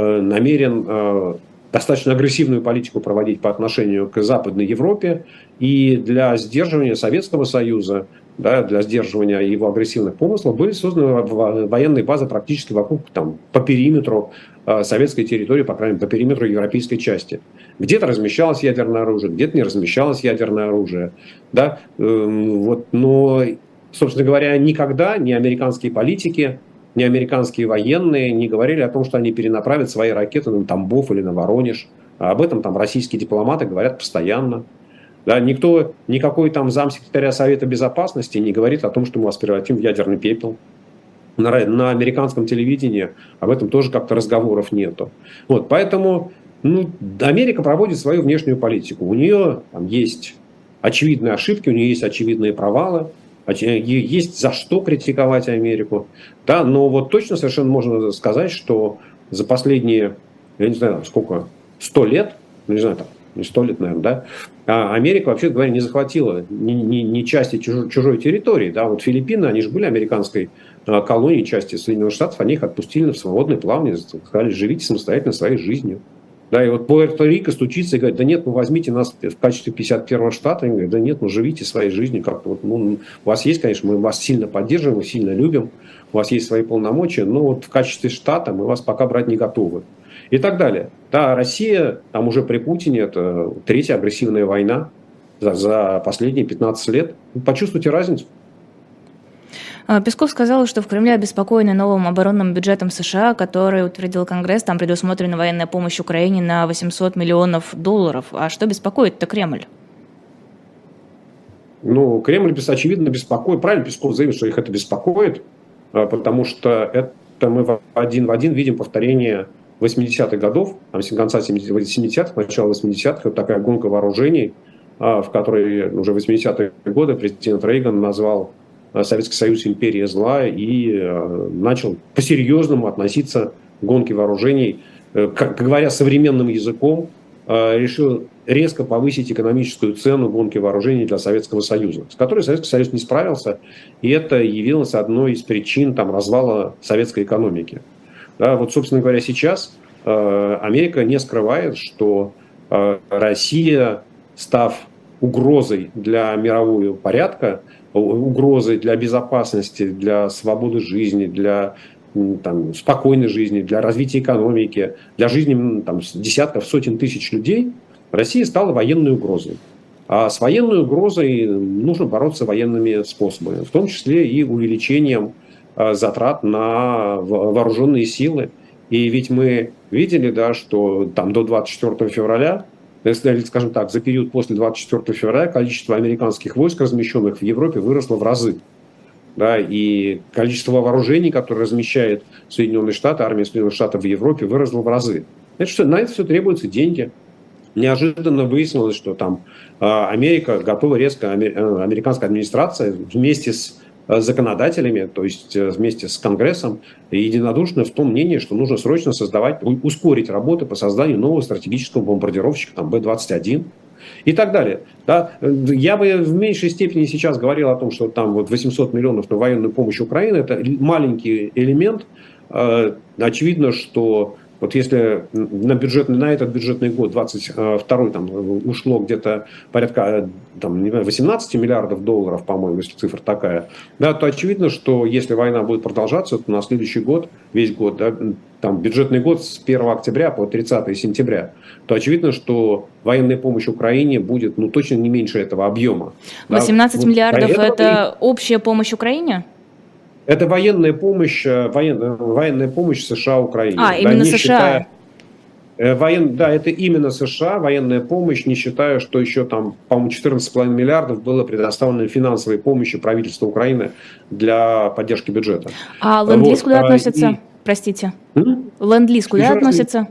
намерен достаточно агрессивную политику проводить по отношению к Западной Европе, и для сдерживания Советского Союза, да, для сдерживания его агрессивных помыслов были созданы военные базы практически вокруг, там, по периметру э, советской территории, по крайней мере, по периметру европейской части. Где-то размещалось ядерное оружие, где-то не размещалось ядерное оружие. Да? Э, вот, но, собственно говоря, никогда ни американские политики, ни американские военные не говорили о том, что они перенаправят свои ракеты на Тамбов или на Воронеж. А об этом там российские дипломаты говорят постоянно. Да, никто, никакой там замсекретаря Совета Безопасности не говорит о том, что мы вас превратим в ядерный пепел. На, на американском телевидении об этом тоже как-то разговоров нету. Вот, поэтому ну, Америка проводит свою внешнюю политику. У нее там есть очевидные ошибки, у нее есть очевидные провалы. Есть за что критиковать Америку, да, но вот точно совершенно можно сказать, что за последние, я не знаю, сколько, сто лет, ну, не знаю, там, не сто лет, наверное, да, Америка, вообще говоря, не захватила ни, ни, ни части чужой, чужой территории, да, вот Филиппины, они же были американской колонией, части Соединенных Штатов, они их отпустили в свободное плавание, сказали, живите самостоятельно своей жизнью. Да, и вот Пуэрто-Рико стучится и говорит, да нет, ну возьмите нас в качестве пятьдесят первого штата. Они говорят, да нет, ну живите своей жизнью как-то. Вот, ну, у вас есть, конечно, мы вас сильно поддерживаем, мы сильно любим, у вас есть свои полномочия, но вот в качестве штата мы вас пока брать не готовы. И так далее. Да, Россия, там уже при Путине, это третья агрессивная война за, за последние пятнадцать лет. Почувствуйте разницу. Песков сказал, что в Кремле обеспокоены новым оборонным бюджетом США, который утвердил Конгресс. Там предусмотрена военная помощь Украине на восемьсот миллионов долларов. А что беспокоит-то Кремль? Ну, Кремль, очевидно, беспокоит. Правильно Песков заявил, что их это беспокоит, потому что это мы в один в один видим повторение восьмидесятых годов, там, с конца семидесятых, начала восьмидесятых, вот такая гонка вооружений, в которой уже в восьмидесятые годы президент Рейган назвал Советский Союз империей зла и начал по-серьезному относиться к гонке вооружений как говоря современным языком, решил резко повысить экономическую цену гонки вооружений для Советского Союза, с которой Советский Союз не справился, и это явилось одной из причин там, развала советской экономики. Да, вот, собственно говоря, сейчас э, Америка не скрывает, что э, Россия, став угрозой для мирового порядка, угрозой для безопасности, для свободы жизни, для там, спокойной жизни, для развития экономики, для жизни там, десятков, сотен тысяч людей, Россия стала военной угрозой. А с военной угрозой нужно бороться военными способами, в том числе и увеличением затрат на вооруженные силы. И ведь мы видели, да, что там, до двадцать четвёртого февраля, скажем так, за период после двадцать четвёртого февраля количество американских войск, размещенных в Европе, выросло в разы. Да, и количество вооружений, которые размещает Соединенные Штаты, армия Соединенных Штатов в Европе, выросло в разы. Это что, на это все требуются деньги. Неожиданно выяснилось, что там Америка готова резко, американская администрация вместе с законодателями, то есть вместе с Конгрессом, единодушно в том мнении, что нужно срочно создавать, ускорить работы по созданию нового стратегического бомбардировщика, там, Бэ двадцать один. И так далее. Да? Я бы в меньшей степени сейчас говорил о том, что там вот восемьсот миллионов на военную помощь Украины – это маленький элемент. Очевидно, что вот если на, бюджетный, на этот бюджетный год, двадцать второй, там, ушло где-то порядка там, не знаю, восемнадцать миллиардов долларов, по-моему, если цифра такая, да, то очевидно, что если война будет продолжаться, то на следующий год, весь год, да, там, бюджетный год с первого октября по тридцатое сентября, то очевидно, что военная помощь Украине будет ну, точно не меньше этого объема. восемнадцать да. миллиардов вот, – это и... общая помощь Украине? Это военная помощь, военная, военная помощь США Украине. А, да, именно США? Считая, воен, да, это именно США, военная помощь, не считая, что еще там, по-моему, четырнадцать целых пять десятых миллиардов было предоставлено финансовой помощи правительству Украины для поддержки бюджета. А ленд-лиз вот, куда относится? И... Простите. М? Ленд-лиз куда еще относится?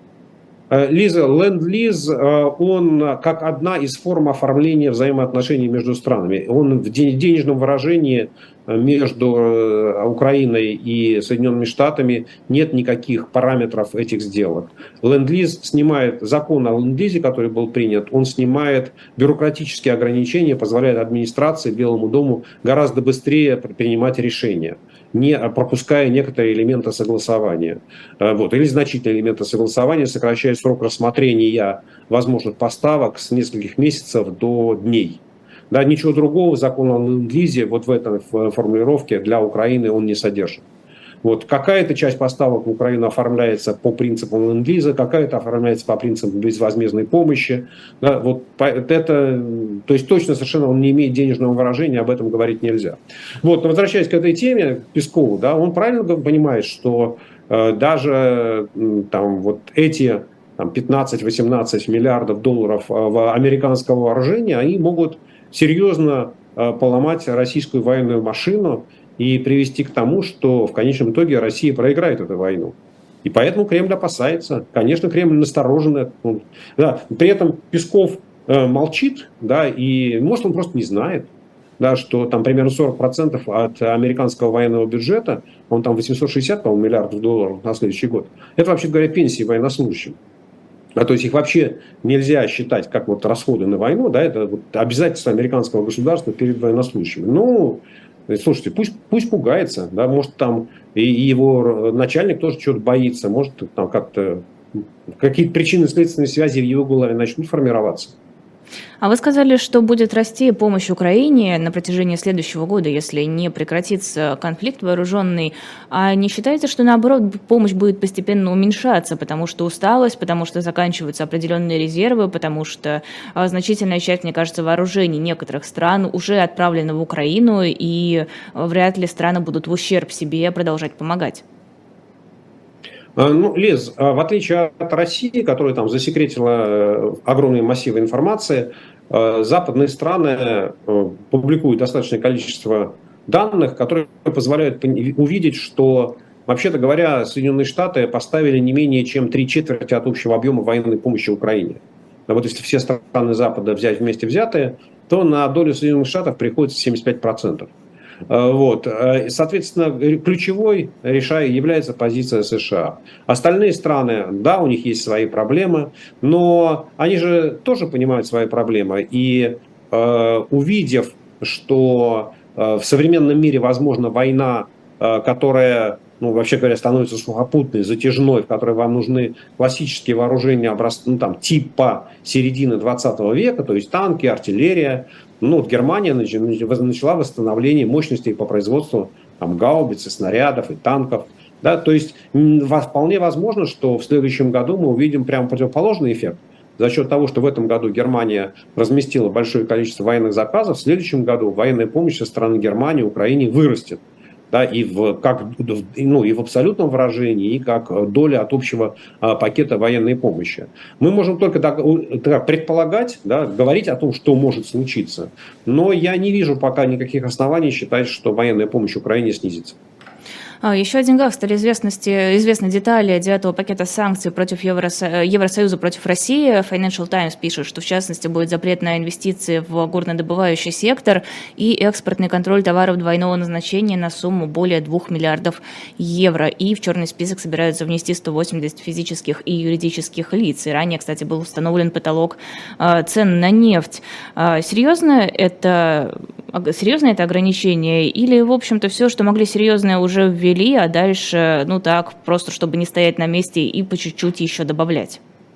Лиза, ленд-лиз, он как одна из форм оформления взаимоотношений между странами. Он в денежном выражении между Украиной и Соединенными Штатами нет никаких параметров этих сделок. Ленд-лиз снимает, закон о ленд-лизе, который был принят, он снимает бюрократические ограничения, позволяет администрации, Белому дому гораздо быстрее принимать решения, не пропуская некоторые элементы согласования. Вот. Или значительные элементы согласования, сокращая срок рассмотрения возможных поставок с нескольких месяцев до дней. Да, ничего другого закон о ленд-лизе вот в этой формулировке для Украины он не содержит. Вот. Какая-то часть поставок в Украину оформляется по принципам ленд-лиза, какая-то оформляется по принципам безвозмездной помощи. Да, вот это, то есть точно совершенно он не имеет денежного выражения, об этом говорить нельзя. Вот, но возвращаясь к этой теме, к Пескову, да, он правильно понимает, что э, даже э, там, вот эти пятнадцать-восемнадцать миллиардов долларов в американского вооружения, они могут серьезно э, поломать российскую военную машину и привести к тому, что в конечном итоге Россия проиграет эту войну. И поэтому Кремль опасается. Конечно, Кремль насторожен. Да, при этом Песков э, молчит, да, и может он просто не знает, да, что там примерно сорок процентов от американского военного бюджета, он там восемьсот шестьдесят, по-моему, миллиардов долларов на следующий год, это, вообще говоря, пенсии военнослужащим. А то есть их вообще нельзя считать как вот расходы на войну, да, это вот обязательство американского государства перед военнослужащими. Ну, слушайте, пусть, пусть пугается, да, может там и его начальник тоже чего-то боится, может там как-то какие-то причины следственной связи в его голове начнут формироваться. А вы сказали, что будет расти помощь Украине на протяжении следующего года, если не прекратится конфликт вооруженный. А не считаете, что наоборот помощь будет постепенно уменьшаться, потому что усталость, потому что заканчиваются определенные резервы, потому что значительная часть, мне кажется, вооружений некоторых стран уже отправлена в Украину, и вряд ли страны будут в ущерб себе продолжать помогать? Ну, Лиз, в отличие от России, которая там засекретила огромные массивы информации, западные страны публикуют достаточное количество данных, которые позволяют увидеть, что, вообще-то говоря, Соединенные Штаты поставили не менее чем три четверти от общего объема военной помощи Украине. А вот если все страны Запада взять вместе взятые, то на долю Соединенных Штатов приходится семьдесят пять процентов. Вот. Соответственно, ключевой решая, является позиция США. Остальные страны, да, у них есть свои проблемы, но они же тоже понимают свои проблемы. И э, увидев, что э, в современном мире возможна война, э, которая, ну, вообще говоря, становится сухопутной, затяжной, в которой вам нужны классические вооружения образ... ну, там, типа середины двадцатого века, то есть танки, артиллерия. Ну, вот Германия начала восстановление мощностей по производству там, гаубиц, и снарядов и танков. Да, то есть вполне возможно, что в следующем году мы увидим прямо противоположный эффект. За счет того, что в этом году Германия разместила большое количество военных заказов, в следующем году военная помощь со стороны Германии Украине вырастет. Да, и, в, как, ну, и в абсолютном выражении, и как доля от общего а, пакета военной помощи. Мы можем только так, так, предполагать, да, говорить о том, что может случиться, но я не вижу пока никаких оснований считать, что военная помощь Украине снизится. Еще один гав стали известности, известны детали девятого пакета санкций против Евросо... Евросоюза против России. Financial Times пишет, что в частности будет запрет на инвестиции в горнодобывающий сектор и экспортный контроль товаров двойного назначения на сумму более двух миллиардов евро. И в черный список собираются внести сто восемьдесят физических и юридических лиц. И ранее, кстати, был установлен потолок цен на нефть. Серьезно это, серьезно это ограничение? Или, в общем-то, все, что могли серьезное, уже ввели, а дальше, ну так, просто чтобы не стоять на месте и по чуть-чуть еще добавлять?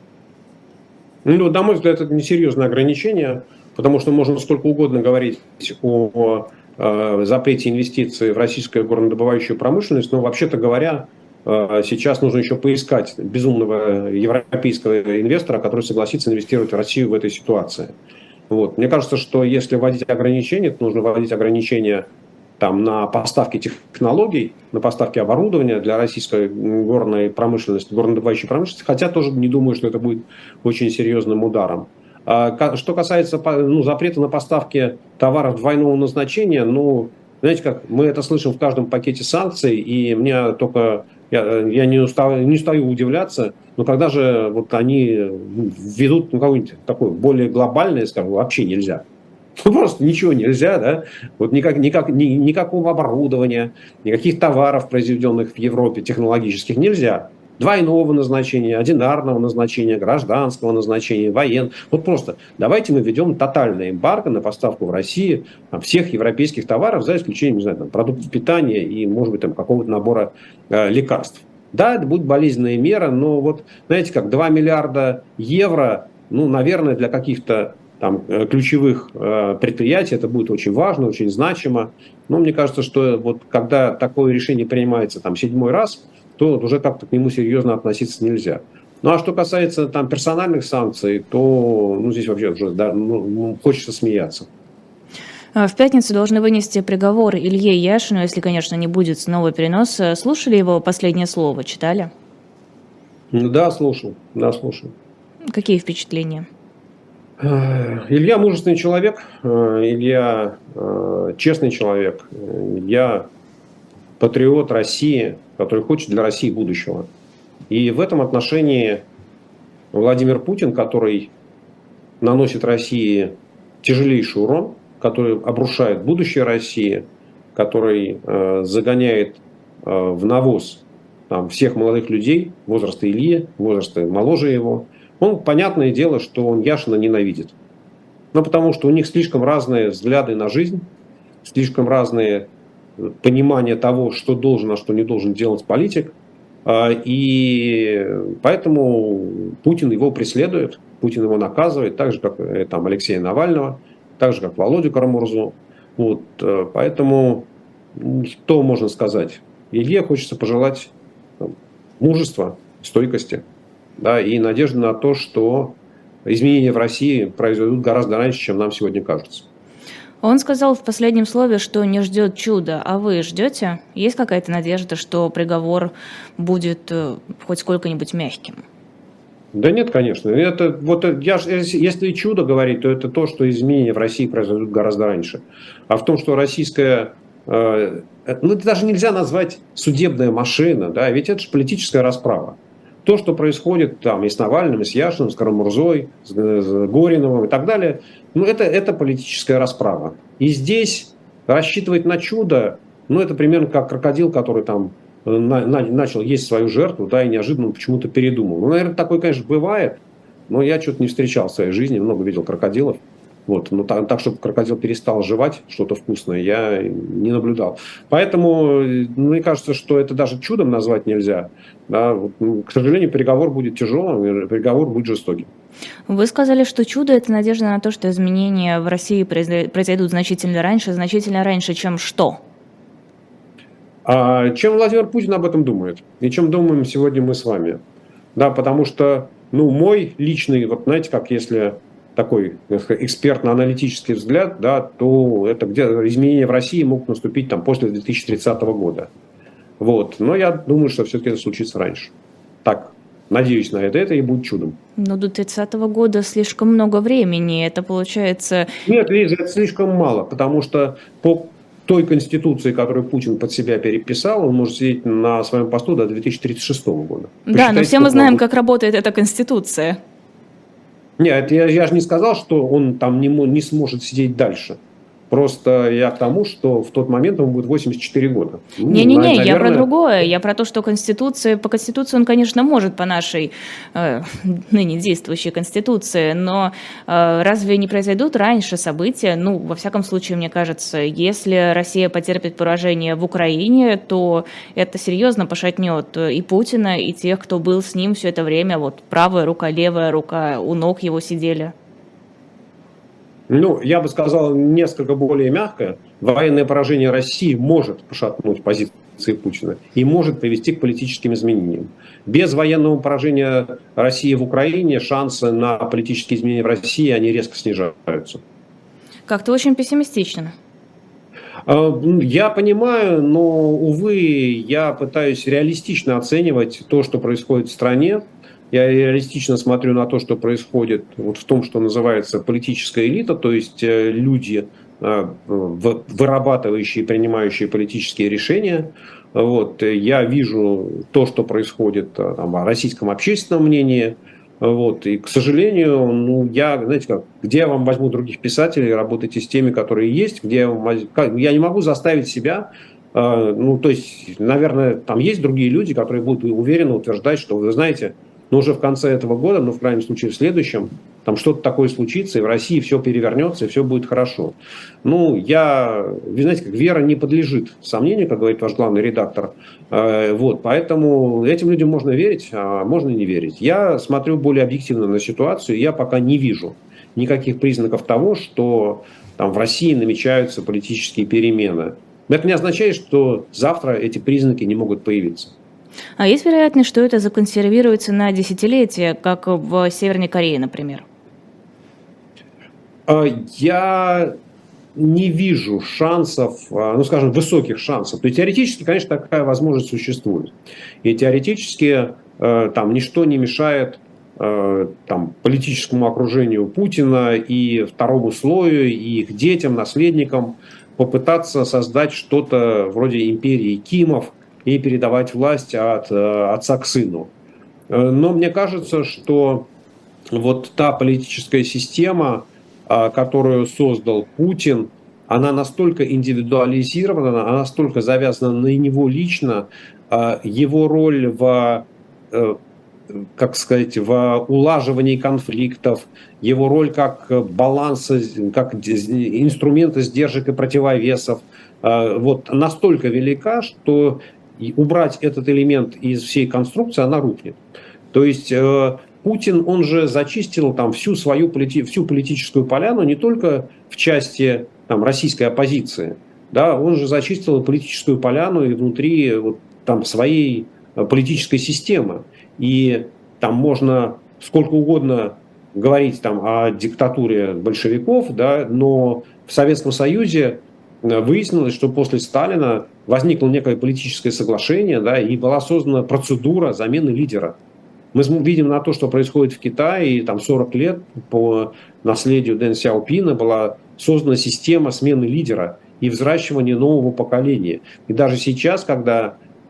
Ну, на мой взгляд, это несерьезное ограничение, потому что можно сколько угодно говорить о, о запрете инвестиций в российскую горнодобывающую промышленность, но, вообще-то говоря, сейчас нужно еще поискать безумного европейского инвестора, который согласится инвестировать в Россию в этой ситуации. Вот. Мне кажется, что если вводить ограничения, то нужно вводить ограничения там, на поставки технологий, на поставки оборудования для российской горной промышленности, горнодобывающей промышленности, хотя тоже не думаю, что это будет очень серьезным ударом. Что касается ну, запрета на поставки товаров двойного назначения, ну, знаете как, мы это слышим в каждом пакете санкций, и мне только, я, я не, устав, не устаю удивляться, но когда же вот они введут ну, какое-нибудь такое более глобальное, скажем, вообще нельзя. Ну, просто ничего нельзя, да? Вот никак, никак, ни, никакого оборудования, никаких товаров, произведенных в Европе, технологических, нельзя. Двойного назначения, одинарного назначения, гражданского назначения, военного. Вот просто давайте мы введем тотальное эмбарго на поставку в Россию там, всех европейских товаров, за исключением, не знаю, там, продуктов питания и, может быть, там, какого-то набора э, лекарств. Да, это будет болезненная мера, но вот, знаете, как два миллиарда евро, ну, наверное, для каких-то там, ключевых э, предприятий это будет очень важно, очень значимо. Но мне кажется, что вот когда такое решение принимается там седьмой раз, то уже как-то к нему серьезно относиться нельзя. Ну а что касается там персональных санкций, то ну, здесь вообще уже да, ну, хочется смеяться. В пятницу должны вынести приговор Илье Яшину, если, конечно, не будет снова переноса. Слушали его последнее слово, читали? Да, слушал, да, слушал. Какие впечатления? Илья мужественный человек, Илья честный человек, Илья патриот России, который хочет для России будущего. И в этом отношении Владимир Путин, который наносит России тяжелейший урон, который обрушает будущее России, который загоняет в навоз там, всех молодых людей, возраста Ильи, возраста моложе его, он, понятное дело, что он Яшина ненавидит. Ну, потому что у них слишком разные взгляды на жизнь, слишком разные понимания того, что должен, а что не должен делать политик. И поэтому Путин его преследует, Путин его наказывает, так же, как там, Алексея Навального, так же, как Володю Карамурзу. Вот, поэтому, что можно сказать? Илье хочется пожелать там, мужества, стойкости. Да, и надежда на то, что изменения в России произойдут гораздо раньше, чем нам сегодня кажется. Он сказал в последнем слове, что не ждет чуда. А вы ждете? Есть какая-то надежда, что приговор будет хоть сколько-нибудь мягким? Да нет, конечно. Это, вот, я, если чудо говорить, то это то, что изменения в России произойдут гораздо раньше. А в том, что российская... Э, ну, это даже нельзя назвать судебная машина, да, ведь это же политическая расправа. То, что происходит там и с Навальным, и с Яшиным, с Карамурзой, с Гориновым и так далее, ну, это, это политическая расправа. И здесь рассчитывать на чудо, ну, это примерно как крокодил, который там на, на, начал есть свою жертву, да, и неожиданно почему-то передумал. Ну, наверное, такое, конечно, бывает, но я что-то не встречал в своей жизни, много видел крокодилов. Вот, но так, так, чтобы крокодил перестал жевать что-то вкусное, я не наблюдал. Поэтому, ну, мне кажется, что это даже чудом назвать нельзя. Да, вот, ну, к сожалению, переговор будет тяжелым, переговор будет жестоким. Вы сказали, что чудо – это надежда на то, что изменения в России произойдут значительно раньше, значительно раньше, чем что? А чем Владимир Путин об этом думает? И чем думаем сегодня мы с вами? Да, потому что, ну, мой личный, вот знаете, как если такой экспертно-аналитический взгляд, да, то это где изменения в России могут наступить там после две тысячи тридцатого года. Вот. Но я думаю, что все-таки это случится раньше. Так, надеюсь на это, это и будет чудом. Но до тридцатого года слишком много времени, это получается... Нет, Лиза, это слишком мало, потому что по той конституции, которую Путин под себя переписал, он может сидеть на своем посту до две тысячи тридцать шестого года. Да, но все мы знаем, как работает эта конституция. Нет, я, я же не сказал, что он там не, не сможет сидеть дальше. Просто я к тому, что в тот момент ему будет восемьдесят четыре года. Не-не-не, ну, я про другое. Я про то, что Конституция, по Конституции он, конечно, может по нашей э, ныне действующей Конституции, но э, разве не произойдут раньше события? Ну, во всяком случае, мне кажется, если Россия потерпит поражение в Украине, то это серьезно пошатнет и Путина, и тех, кто был с ним все это время. Вот правая рука, левая рука, у ног его сидели. Ну, я бы сказал несколько более мягко. Военное поражение России может пошатнуть позиции Путина и может привести к политическим изменениям. Без военного поражения России в Украине шансы на политические изменения в России, они резко снижаются. Как-то очень пессимистично. Я понимаю, но, увы, я пытаюсь реалистично оценивать то, что происходит в стране. Я реалистично смотрю на то, что происходит вот в том, что называется политическая элита, то есть люди, вырабатывающие и принимающие политические решения. Вот. Я вижу то, что происходит там, в российском общественном мнении. Вот. И, к сожалению, ну, я, знаете как, где я вам возьму других писателей, работайте с теми, которые есть, где я, вам, я не могу заставить себя. Ну, то есть, наверное, там есть другие люди, которые будут уверенно утверждать, что, вы знаете, но уже в конце этого года, ну, в крайнем случае, в следующем, там что-то такое случится, и в России все перевернется, и все будет хорошо. Ну, я, вы знаете, как вера не подлежит сомнению, как говорит ваш главный редактор. Вот, поэтому этим людям можно верить, а можно не верить. Я смотрю более объективно на ситуацию, и я пока не вижу никаких признаков того, что там в России намечаются политические перемены. Это не означает, что завтра эти признаки не могут появиться. А есть вероятность, что это законсервируется на десятилетия, как в Северной Корее, например? Я не вижу шансов, ну, скажем, высоких шансов. То есть теоретически, конечно, такая возможность существует. И теоретически там ничто не мешает там, политическому окружению Путина и второму слою, и их детям, наследникам попытаться создать что-то вроде империи Кимов и передавать власть от отца к сыну. Но мне кажется, что вот та политическая система, которую создал Путин, она настолько индивидуализирована, она настолько завязана на него лично, его роль в, как сказать, в улаживании конфликтов, его роль как баланса, как инструмента сдержек и противовесов, вот настолько велика, что и убрать этот элемент из всей конструкции, она рухнет. То есть э, Путин, он же зачистил там всю свою полити- всю политическую поляну не только в части там, российской оппозиции, да, он же зачистил политическую поляну и внутри вот, там, своей политической системы. И там можно сколько угодно говорить там, о диктатуре большевиков, да, но в Советском Союзе выяснилось, что после Сталина возникло некое политическое соглашение, да, и была создана процедура замены лидера. Мы видим на то, что происходит в Китае, и там сорок лет по наследию Дэн Сяопина была создана система смены лидера и взращивания нового поколения. И даже сейчас, когда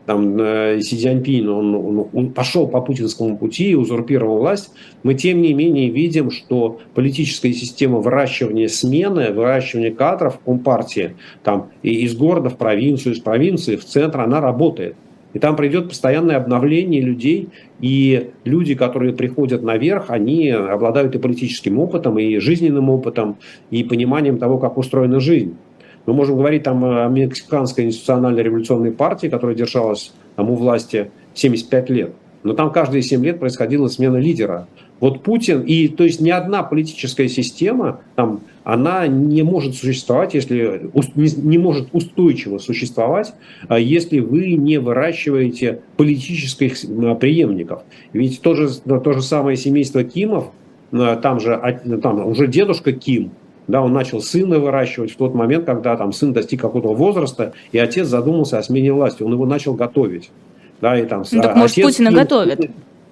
там Си Цзиньпин, он, он, он пошел по путинскому пути и узурпировал власть, мы тем не менее видим, что политическая система выращивания смены, выращивания кадров в Компартии, там, и из города в провинцию, из провинции в центр, она работает. И там придет постоянное обновление людей, и люди, которые приходят наверх, они обладают и политическим опытом, и жизненным опытом, и пониманием того, как устроена жизнь. Мы можем говорить там о Мексиканской институциональной революционной партии, которая держалась там у власти семьдесят пять лет. Но там каждые семь лет происходила смена лидера. Вот Путин, и то есть ни одна политическая система, там, она не может существовать, если не, не может устойчиво существовать, если вы не выращиваете политических преемников. Ведь то же, то же самое семейство Кимов, там же там уже дедушка Ким, да, он начал сына выращивать в тот момент, когда там сын достиг какого-то возраста, и отец задумался о смене власти, он его начал готовить. Да, и там, ну, так, может, Путина Ким, готовят?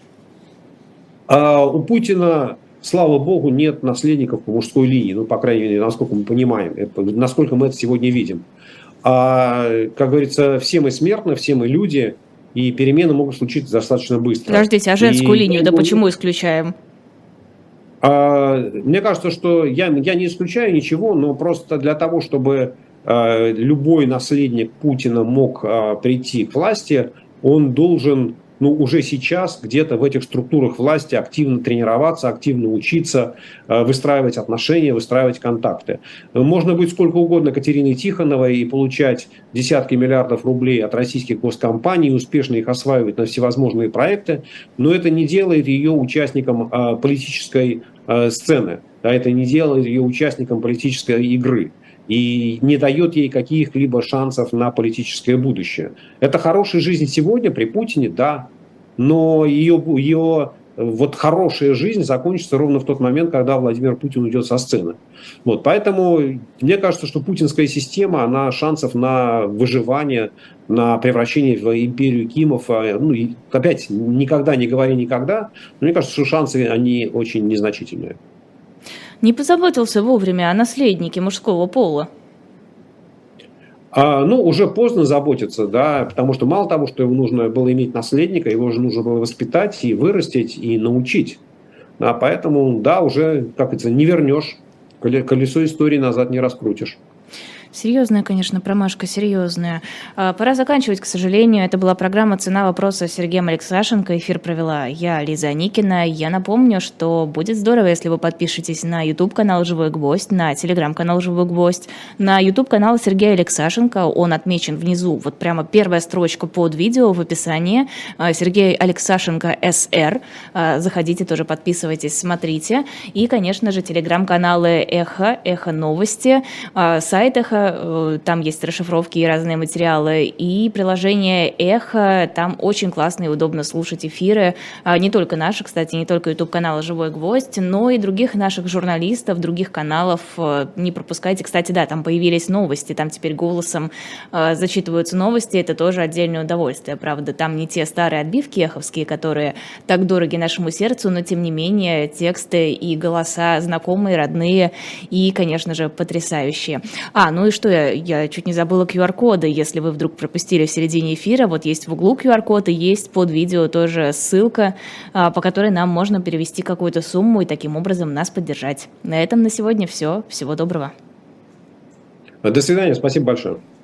А у Путина, слава богу, нет наследников по мужской линии, ну, по крайней мере, насколько мы понимаем, это, насколько мы это сегодня видим. А, как говорится, все мы смертны, все мы люди, и перемены могут случиться достаточно быстро. Подождите, а женскую и, линию, да почему исключаем? А, мне кажется, что я, я не исключаю ничего, но просто для того, чтобы а, любой наследник Путина мог а, прийти к власти, он должен, ну, уже сейчас где-то в этих структурах власти активно тренироваться, активно учиться, выстраивать отношения, выстраивать контакты. Можно быть сколько угодно Катериной Тихоновой и получать десятки миллиардов рублей от российских госкомпаний, успешно их осваивать на всевозможные проекты, но это не делает ее участником политической сцены, да, это не делает ее участником политической игры. И не дает ей каких-либо шансов на политическое будущее. Это хорошая жизнь сегодня при Путине, да, но ее, ее вот хорошая жизнь закончится ровно в тот момент, когда Владимир Путин уйдет со сцены. Вот, поэтому мне кажется, что путинская система, она шансов на выживание, на превращение в империю Кимов, ну, и, опять, никогда не говори никогда, но мне кажется, что шансы, они очень незначительные. Не позаботился вовремя о наследнике мужского пола? А, ну, уже поздно заботиться, да, потому что мало того, что ему нужно было иметь наследника, его же нужно было воспитать и вырастить, и научить. А поэтому, да, уже, как это, не вернешь, колесо истории назад не раскрутишь. Серьезная, конечно, промашка, серьезная. Пора заканчивать, к сожалению. Это была программа «Цена вопроса» с Сергеем Алексашенко. Эфир провела я, Лиза Аникина. Я напомню, что будет здорово, если вы подпишетесь на YouTube-канал «Живой гвоздь», на телеграм-канал «Живой гвоздь», на YouTube-канал Сергея Алексашенко. Он отмечен внизу, вот прямо первая строчка под видео в описании. Сергей Алексашенко СР. Заходите, тоже подписывайтесь, смотрите. И, конечно же, телеграм-каналы «Эхо», «Эхо новости», сайт «Эхо», там есть расшифровки и разные материалы, и приложение «Эхо», там очень классно и удобно слушать эфиры, не только наши, кстати, не только YouTube-канала «Живой гвоздь», но и других наших журналистов, других каналов, не пропускайте. Кстати, да, там появились новости, там теперь голосом зачитываются новости, это тоже отдельное удовольствие, правда, там не те старые отбивки эховские, которые так дороги нашему сердцу, но тем не менее тексты и голоса знакомые, родные и, конечно же, потрясающие. А, ну и что я, я чуть не забыла ку ар коды, если вы вдруг пропустили в середине эфира, вот есть в углу ку ар код и есть под видео тоже ссылка, по которой нам можно перевести какую-то сумму и таким образом нас поддержать. На этом на сегодня все. Всего доброго. До свидания, спасибо большое.